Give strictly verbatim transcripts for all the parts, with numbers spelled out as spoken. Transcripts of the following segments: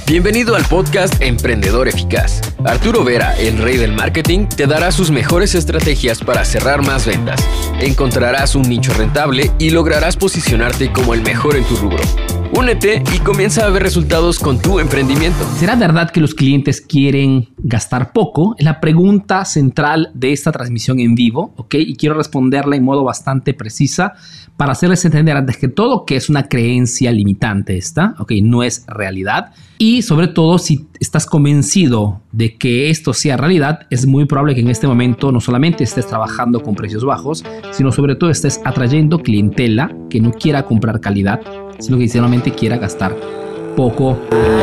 Bienvenido al podcast Emprendedor Eficaz. Arturo Vera, el rey del marketing, te dará sus mejores estrategias para cerrar más ventas. Encontrarás un nicho rentable y lograrás posicionarte como el mejor en tu rubro. Únete y comienza a ver resultados con tu emprendimiento. ¿Será verdad que los clientes quieren gastar poco? Es la pregunta central de esta transmisión en vivo, ¿ok? Y quiero responderla en modo bastante precisa para hacerles entender antes que todo que es una creencia limitante esta, ¿ok? No es realidad. Y sobre todo, si estás convencido de que esto sea realidad, es muy probable que en este momento no solamente estés trabajando con precios bajos, sino sobre todo estés atrayendo clientela que no quiera comprar calidad, sino que solamente quiera gastar poco.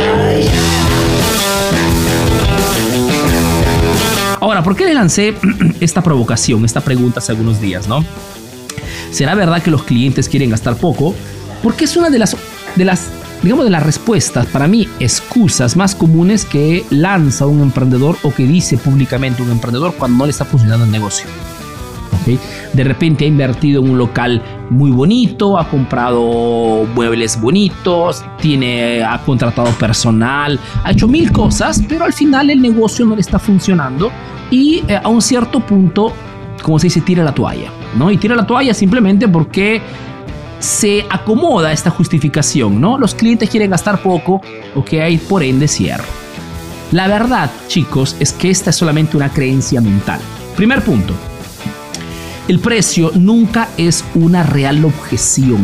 Ahora, ¿por qué le lancé esta provocación, esta pregunta hace algunos días, ¿no? ¿Será verdad que los clientes quieren gastar poco? Porque es una de las, de las, digamos, de las respuestas, para mí, excusas más comunes que lanza un emprendedor o que dice públicamente un emprendedor cuando no le está funcionando el negocio. ¿Okay? De repente ha invertido en un local muy bonito, ha comprado muebles bonitos, tiene, ha contratado personal, ha hecho mil cosas, pero al final el negocio no le está funcionando y eh, a un cierto punto, como se dice, tira la toalla, ¿no? Y tira la toalla simplemente porque se acomoda esta justificación, ¿no? Los clientes quieren gastar poco, ok, por ende cierro. La verdad, chicos, es que esta es solamente una creencia mental. Primer punto. El precio nunca es una real objeción.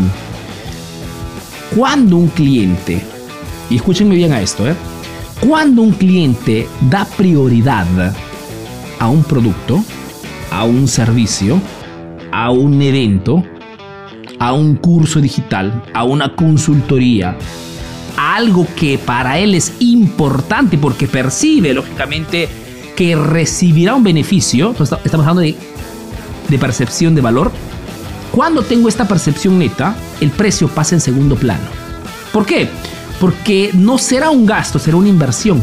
Cuando un cliente, y escúchenme bien a esto, ¿eh? Cuando un cliente da prioridad a un producto, a un servicio, a un evento, a un curso digital, a una consultoría, a algo que para él es importante porque percibe, lógicamente, que recibirá un beneficio, entonces estamos hablando de de percepción de valor. Cuando tengo esta percepción neta, el precio pasa en segundo plano. ¿Por qué? Porque no será un gasto, será una inversión.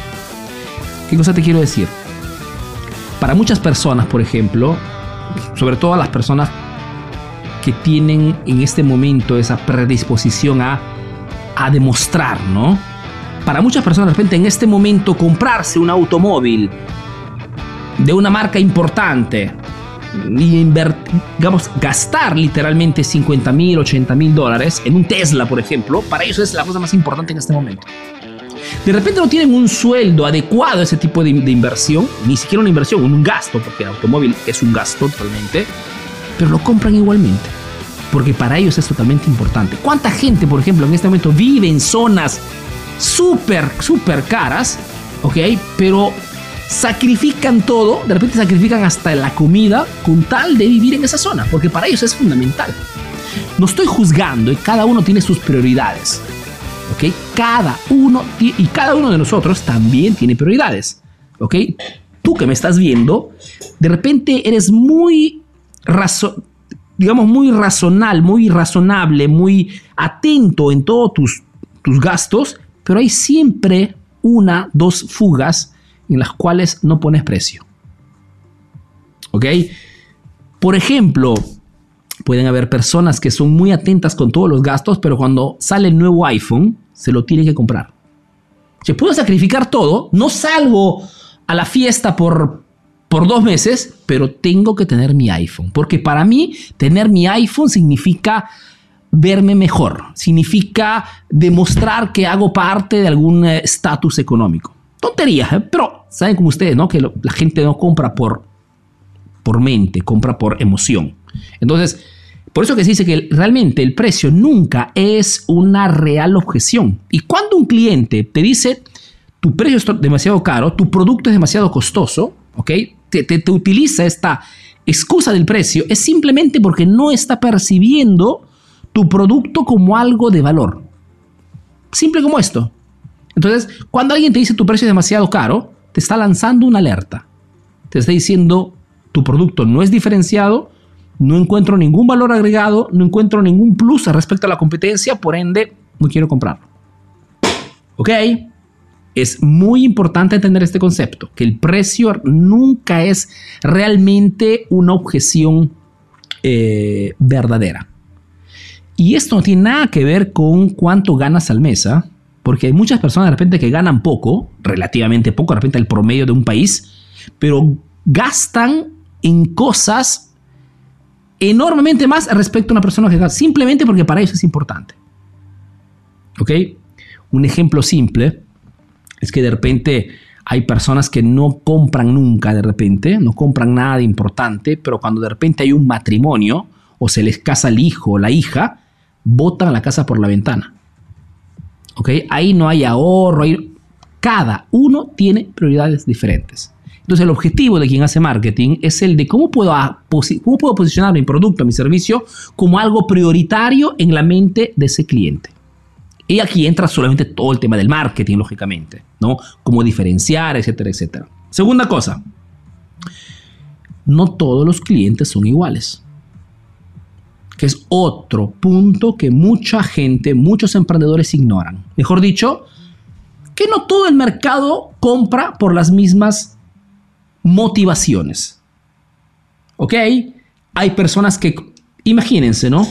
¿Qué cosa te quiero decir? Para muchas personas, por ejemplo, sobre todo las personas que tienen en este momento esa predisposición a, a demostrar, ¿no? Para muchas personas, de repente, en este momento, comprarse un automóvil de una marca importante y invertir, digamos, gastar literalmente cincuenta mil, ochenta mil dólares en un Tesla, por ejemplo, para ellos es la cosa más importante en este momento. De repente no tienen un sueldo adecuado a ese tipo de, de inversión, ni siquiera una inversión, un gasto, porque el automóvil es un gasto totalmente, pero lo compran igualmente, porque para ellos es totalmente importante. ¿Cuánta gente, por ejemplo, en este momento vive en zonas súper, súper caras, ok, pero sacrifican todo, de repente sacrifican hasta la comida con tal de vivir en esa zona, porque para ellos es fundamental. No estoy juzgando y cada uno tiene sus prioridades, ¿ok? Cada uno, y cada uno de nosotros también tiene prioridades, ¿ok? Tú que me estás viendo, de repente eres muy, razo, digamos, muy razonal, muy razonable, muy atento en todos tus, tus gastos, pero hay siempre una, dos fugas en las cuales no pones precio. ¿Ok? Por ejemplo, pueden haber personas que son muy atentas con todos los gastos, pero cuando sale el nuevo iPhone, se lo tienen que comprar. Se puedo sacrificar todo, no salgo a la fiesta por, por dos meses, pero tengo que tener mi iPhone. Porque para mí, tener mi iPhone significa verme mejor, significa demostrar que hago parte de algún estatus económico. Tonterías, ¿eh? Pero saben como ustedes, ¿no? Que lo, la gente no compra por, por mente, compra por emoción. Entonces, por eso que se dice que realmente el precio nunca es una real objeción. Y cuando un cliente te dice tu precio es demasiado caro, tu producto es demasiado costoso, ¿ok? Te, te, te utiliza esta excusa del precio, es simplemente porque no está percibiendo tu producto como algo de valor. Simple como esto. Entonces, cuando alguien te dice tu precio es demasiado caro, te está lanzando una alerta. Te está diciendo tu producto no es diferenciado, no encuentro ningún valor agregado, no encuentro ningún plus respecto a la competencia, por ende, no quiero comprarlo. ¿Ok? Es muy importante entender este concepto, que el precio nunca es realmente una objeción eh, verdadera. Y esto no tiene nada que ver con cuánto ganas al mes, ¿eh? Porque hay muchas personas de repente que ganan poco, relativamente poco, de repente el promedio de un país, pero gastan en cosas enormemente más respecto a una persona que gasta, simplemente porque para ellos es importante. ¿Ok? Un ejemplo simple es que de repente hay personas que no compran nunca, de repente, no compran nada de importante, pero cuando de repente hay un matrimonio o se les casa el hijo o la hija, botan la casa por la ventana. ¿Ok? Ahí no hay ahorro, hay... cada uno tiene prioridades diferentes. Entonces el objetivo de quien hace marketing es el de cómo puedo, cómo puedo posicionar mi producto, mi servicio como algo prioritario en la mente de ese cliente. Y aquí entra solamente todo el tema del marketing, lógicamente, ¿no? Cómo diferenciar, etcétera, etcétera. Segunda cosa, no todos los clientes son iguales. Que es otro punto que mucha gente, muchos emprendedores ignoran. Mejor dicho, que no todo el mercado compra por las mismas motivaciones. ¿Ok? Hay personas que, imagínense, ¿no?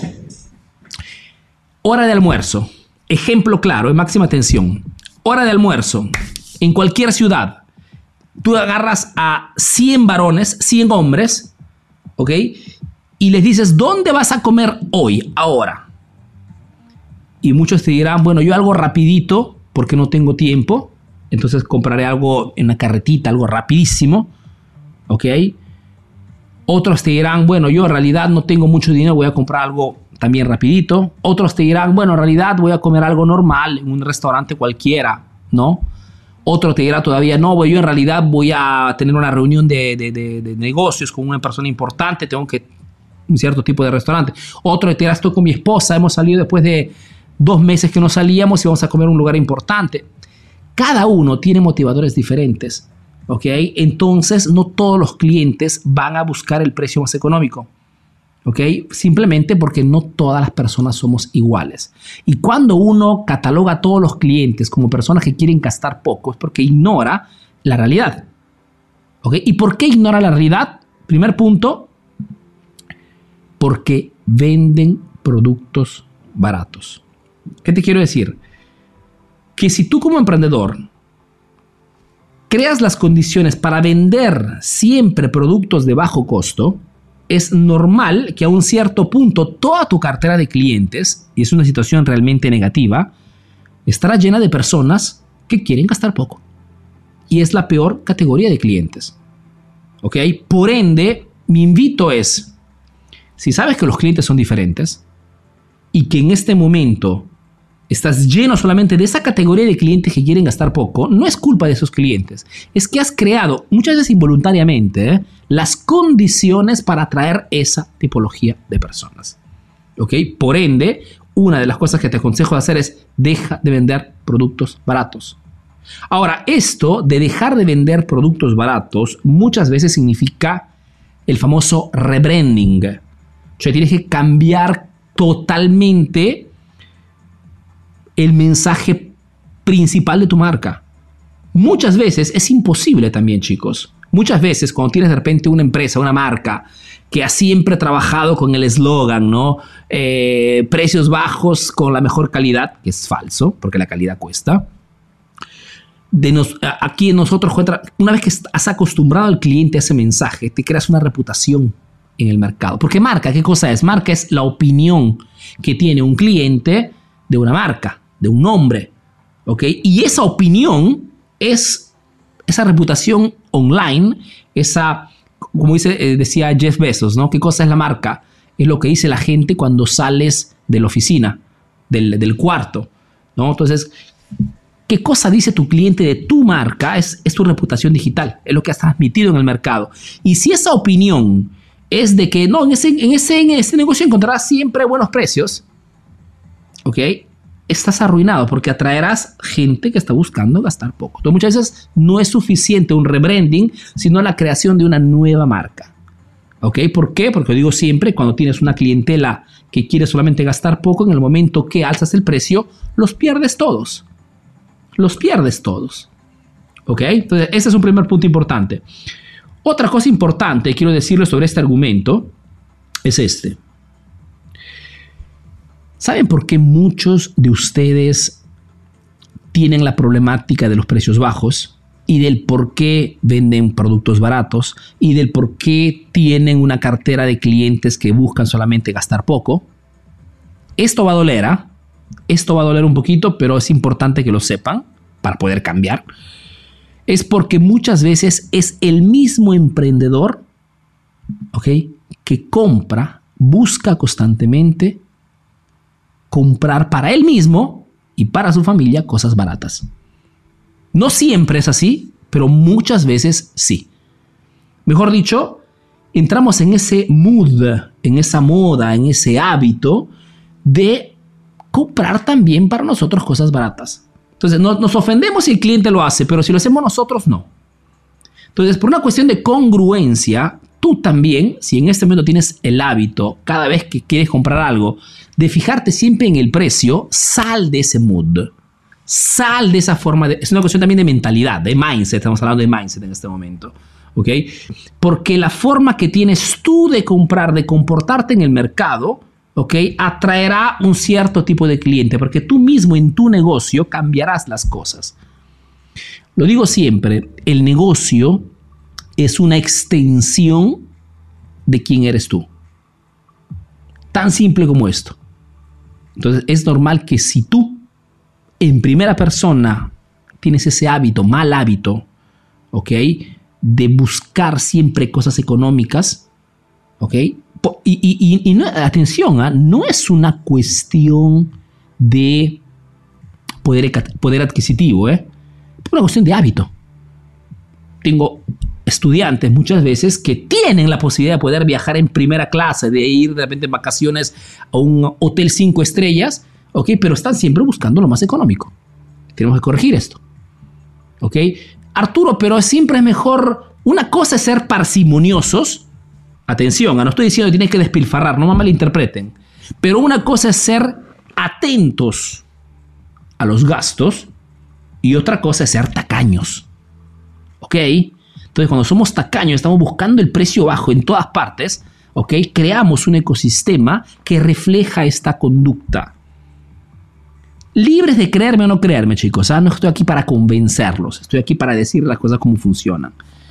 Hora de almuerzo. Ejemplo claro, de máxima atención. Hora de almuerzo. En cualquier ciudad. Tú agarras a cien varones, cien hombres, ¿ok? Y les dices, ¿dónde vas a comer hoy, ahora? Y muchos te dirán, bueno, yo algo rapidito, porque no tengo tiempo. Entonces compraré algo en una carretita, algo rapidísimo. ¿Ok? Otros te dirán, bueno, yo en realidad no tengo mucho dinero, voy a comprar algo también rapidito. Otros te dirán, bueno, en realidad voy a comer algo normal en un restaurante cualquiera, ¿no? Otro te dirá todavía, no, yo en realidad voy a tener una reunión de, de, de, de negocios con una persona importante, tengo que un cierto tipo de restaurante. Otro te dirá, estoy con mi esposa, hemos salido después de dos meses que no salíamos y vamos a comer en un lugar importante. Cada uno tiene motivadores diferentes. ¿Ok? Entonces no todos los clientes van a buscar el precio más económico. ¿Ok? Simplemente porque no todas las personas somos iguales. Y cuando uno cataloga a todos los clientes como personas que quieren gastar poco, es porque ignora la realidad. ¿Ok? ¿Y por qué ignora la realidad? Primer punto, porque venden productos baratos. ¿Qué te quiero decir? Que si tú como emprendedor creas las condiciones para vender siempre productos de bajo costo, es normal que a un cierto punto toda tu cartera de clientes, y es una situación realmente negativa, estará llena de personas que quieren gastar poco. Y es la peor categoría de clientes. ¿Ok? Por ende, mi invito es, si sabes que los clientes son diferentes y que en este momento estás lleno solamente de esa categoría de clientes que quieren gastar poco, no es culpa de esos clientes. Es que has creado, muchas veces involuntariamente, ¿eh? las condiciones para atraer esa tipología de personas. ¿Ok? Por ende, una de las cosas que te aconsejo de hacer es deja de vender productos baratos. Ahora, esto de dejar de vender productos baratos muchas veces significa el famoso rebranding. O sea, tienes que cambiar totalmente el mensaje principal de tu marca. Muchas veces es imposible también, chicos. Muchas veces cuando tienes de repente una empresa, una marca que ha siempre trabajado con el eslogan, ¿no? Eh, precios bajos con la mejor calidad, que es falso, porque la calidad cuesta. De nos, aquí nosotros, una vez que has acostumbrado al cliente a ese mensaje, te creas una reputación en el mercado. Porque marca, ¿qué cosa es? Marca es la opinión que tiene un cliente de una marca, de un nombre, ¿ok? Y esa opinión es esa reputación online, esa, como dice, eh, decía Jeff Bezos, ¿no? ¿Qué cosa es la marca? Es lo que dice la gente cuando sales de la oficina, del, del cuarto, ¿no? Entonces, ¿qué cosa dice tu cliente de tu marca? Es, es tu reputación digital, es lo que has transmitido en el mercado. Y si esa opinión es de que no, en ese, en ese, en ese negocio encontrarás siempre buenos precios, ¿ok? Estás arruinado porque atraerás gente que está buscando gastar poco. Entonces, muchas veces no es suficiente un rebranding, sino la creación de una nueva marca. ¿Ok? ¿Por qué? Porque digo siempre, cuando tienes una clientela que quiere solamente gastar poco, en el momento que alzas el precio, los pierdes todos. Los pierdes todos. ¿Ok? Entonces, ese es un primer punto importante. Otra cosa importante, quiero decirles sobre este argumento, es este. ¿Saben por qué muchos de ustedes tienen la problemática de los precios bajos y del por qué venden productos baratos y del por qué tienen una cartera de clientes que buscan solamente gastar poco. Esto va a doler, ¿eh? Esto va a doler un poquito, pero es importante que lo sepan para poder cambiar. Es porque muchas veces es el mismo emprendedor, ¿ok?, que compra, busca constantemente comprar para él mismo y para su familia cosas baratas. No siempre es así, pero muchas veces sí. Mejor dicho, entramos en ese mood, en esa moda, en ese hábito de comprar también para nosotros cosas baratas. Entonces, no, nos ofendemos si el cliente lo hace, pero si lo hacemos nosotros, no. Entonces, por una cuestión de congruencia, tú también, si en este momento tienes el hábito, cada vez que quieres comprar algo, de fijarte siempre en el precio, sal de ese mood. Sal de esa forma. De, es una cuestión también de mentalidad, de mindset. Estamos hablando de mindset en este momento. ¿Ok? Porque la forma que tienes tú de comprar, de comportarte en el mercado, ¿ok?, atraerá un cierto tipo de cliente, porque tú mismo en tu negocio cambiarás las cosas. Lo digo siempre, el negocio es una extensión de quién eres tú. Tan simple como esto. Entonces es normal que si tú en primera persona tienes ese hábito, mal hábito, ¿ok?, de buscar siempre cosas económicas, ¿ok?, y, y, y, y no, atención, ¿eh?, no es una cuestión de poder, poder adquisitivo, ¿eh? Es una cuestión de hábito. Tengo estudiantes muchas veces que tienen la posibilidad de poder viajar en primera clase, de ir de repente en vacaciones a un hotel cinco estrellas, ¿ok?, pero están siempre buscando lo más económico. Tenemos que corregir esto, ¿ok? Arturo, pero siempre es mejor. Una cosa es ser parsimoniosos. Atención, no estoy diciendo que tienes que despilfarrar, no me malinterpreten. Pero una cosa es ser atentos a los gastos y otra cosa es ser tacaños. ¿Ok? Entonces, cuando somos tacaños, estamos buscando el precio bajo en todas partes, ¿ok?, creamos un ecosistema que refleja esta conducta. Libres de creerme o no creerme, chicos. ¿eh? No estoy aquí para convencerlos. Estoy aquí para decir las cosas como funcionan.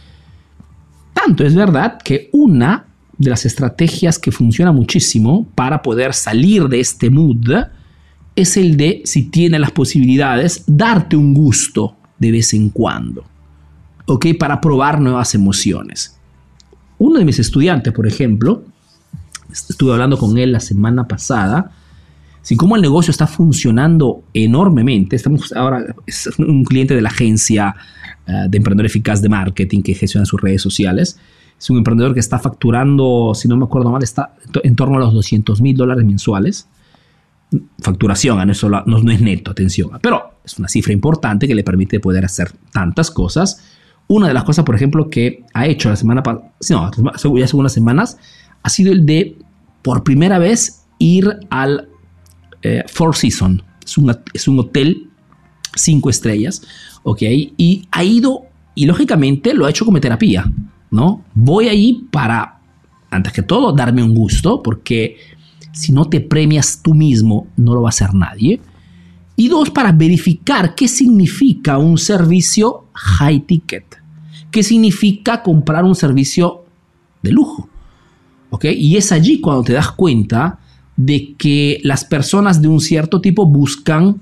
Tanto es verdad que una de las estrategias que funciona muchísimo para poder salir de este mood es el de, si tienes las posibilidades, darte un gusto de vez en cuando, ¿ok?, para probar nuevas emociones. Uno de mis estudiantes, por ejemplo, estuve hablando con él la semana pasada, si como el negocio está funcionando enormemente. Estamos ahora, es un cliente de la agencia uh, de Emprendedor Eficaz de Marketing que gestiona sus redes sociales. Es un emprendedor que está facturando, si no me acuerdo mal, está en torno a los doscientos mil dólares mensuales. Facturación, no es, solo, no, no es neto, atención. Pero es una cifra importante que le permite poder hacer tantas cosas. Una de las cosas, por ejemplo, que ha hecho la semana pasada, no, ya hace unas semanas, ha sido el de, por primera vez, ir al Eh, Four Seasons. Es un, es un hotel cinco estrellas, ¿ok? Y ha ido, y lógicamente lo ha hecho como terapia, ¿no? Voy ahí para, antes que todo, darme un gusto, porque si no te premias tú mismo, no lo va a hacer nadie. Y dos, para verificar qué significa un servicio high ticket. ¿Qué significa comprar un servicio de lujo? ¿Ok? Y es allí cuando te das cuenta de que las personas de un cierto tipo buscan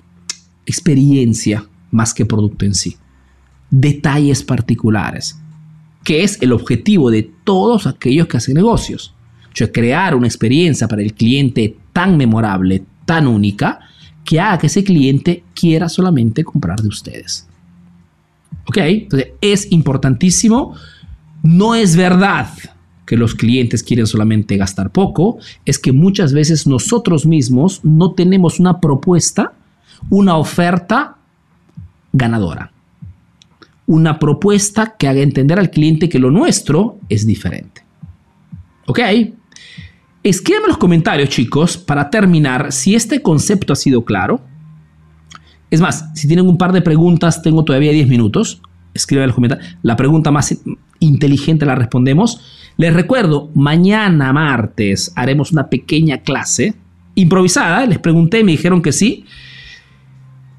experiencia más que producto en sí. Detalles particulares, que es el objetivo de todos aquellos que hacen negocios. O sea, crear una experiencia para el cliente tan memorable, tan única, que haga que ese cliente quiera solamente comprar de ustedes. ¿Ok? Entonces, es importantísimo. No es verdad que los clientes quieren solamente gastar poco, es que muchas veces nosotros mismos no tenemos una propuesta, una oferta ganadora. Una propuesta que haga entender al cliente que lo nuestro es diferente. ¿Ok? Escríbanme en los comentarios, chicos, para terminar, si este concepto ha sido claro. Es más, si tienen un par de preguntas, tengo todavía diez minutos. Escriban en los comentarios. La pregunta más inteligente la respondemos. Les recuerdo, mañana martes haremos una pequeña clase improvisada. Les pregunté, me dijeron que sí.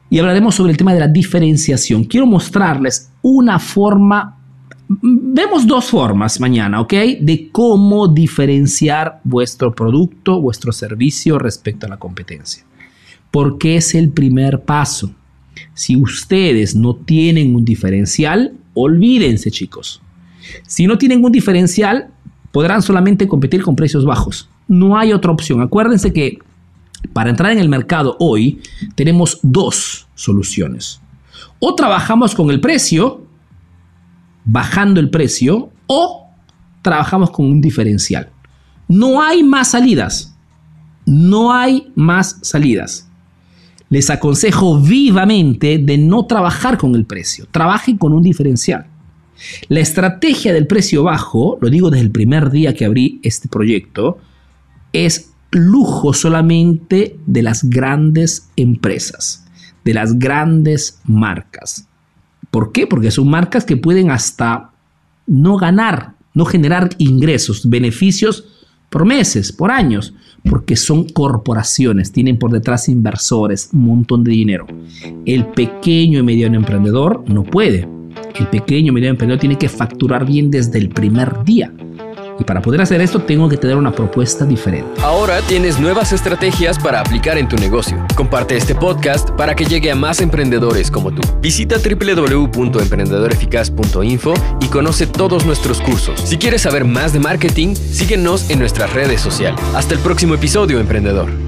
y hablaremos sobre el tema de la diferenciación. Quiero mostrarles una forma, vemos dos formas mañana, ¿ok? De cómo diferenciar vuestro producto, vuestro servicio respecto a la competencia. Porque es el primer paso. Si ustedes no tienen un diferencial, olvídense, chicos. Si no tienen un diferencial, podrán solamente competir con precios bajos. No hay otra opción. Acuérdense que para entrar en el mercado hoy tenemos dos soluciones. O trabajamos con el precio, bajando el precio, o trabajamos con un diferencial. No hay más salidas. No hay más salidas. Les aconsejo vivamente de no trabajar con el precio. Trabajen con un diferencial. La estrategia del precio bajo, lo digo desde el primer día que abrí este proyecto, es lujo solamente de las grandes empresas, de las grandes marcas. ¿Por qué? Porque son marcas que pueden hasta no ganar, no generar ingresos, beneficios por meses, por años, porque son corporaciones, tienen por detrás inversores, un montón de dinero. El pequeño y mediano emprendedor no puede. El pequeño y mediano emprendedor tiene que facturar bien desde el primer día. Y para poder hacer esto tengo que tener una propuesta diferente. Ahora tienes nuevas estrategias para aplicar en tu negocio. Comparte este podcast para que llegue a más emprendedores como tú. Visita doble u doble u doble u punto emprendedor eficaz punto info y conoce todos nuestros cursos. Si quieres saber más de marketing, síguenos en nuestras redes sociales. Hasta el próximo episodio, emprendedor.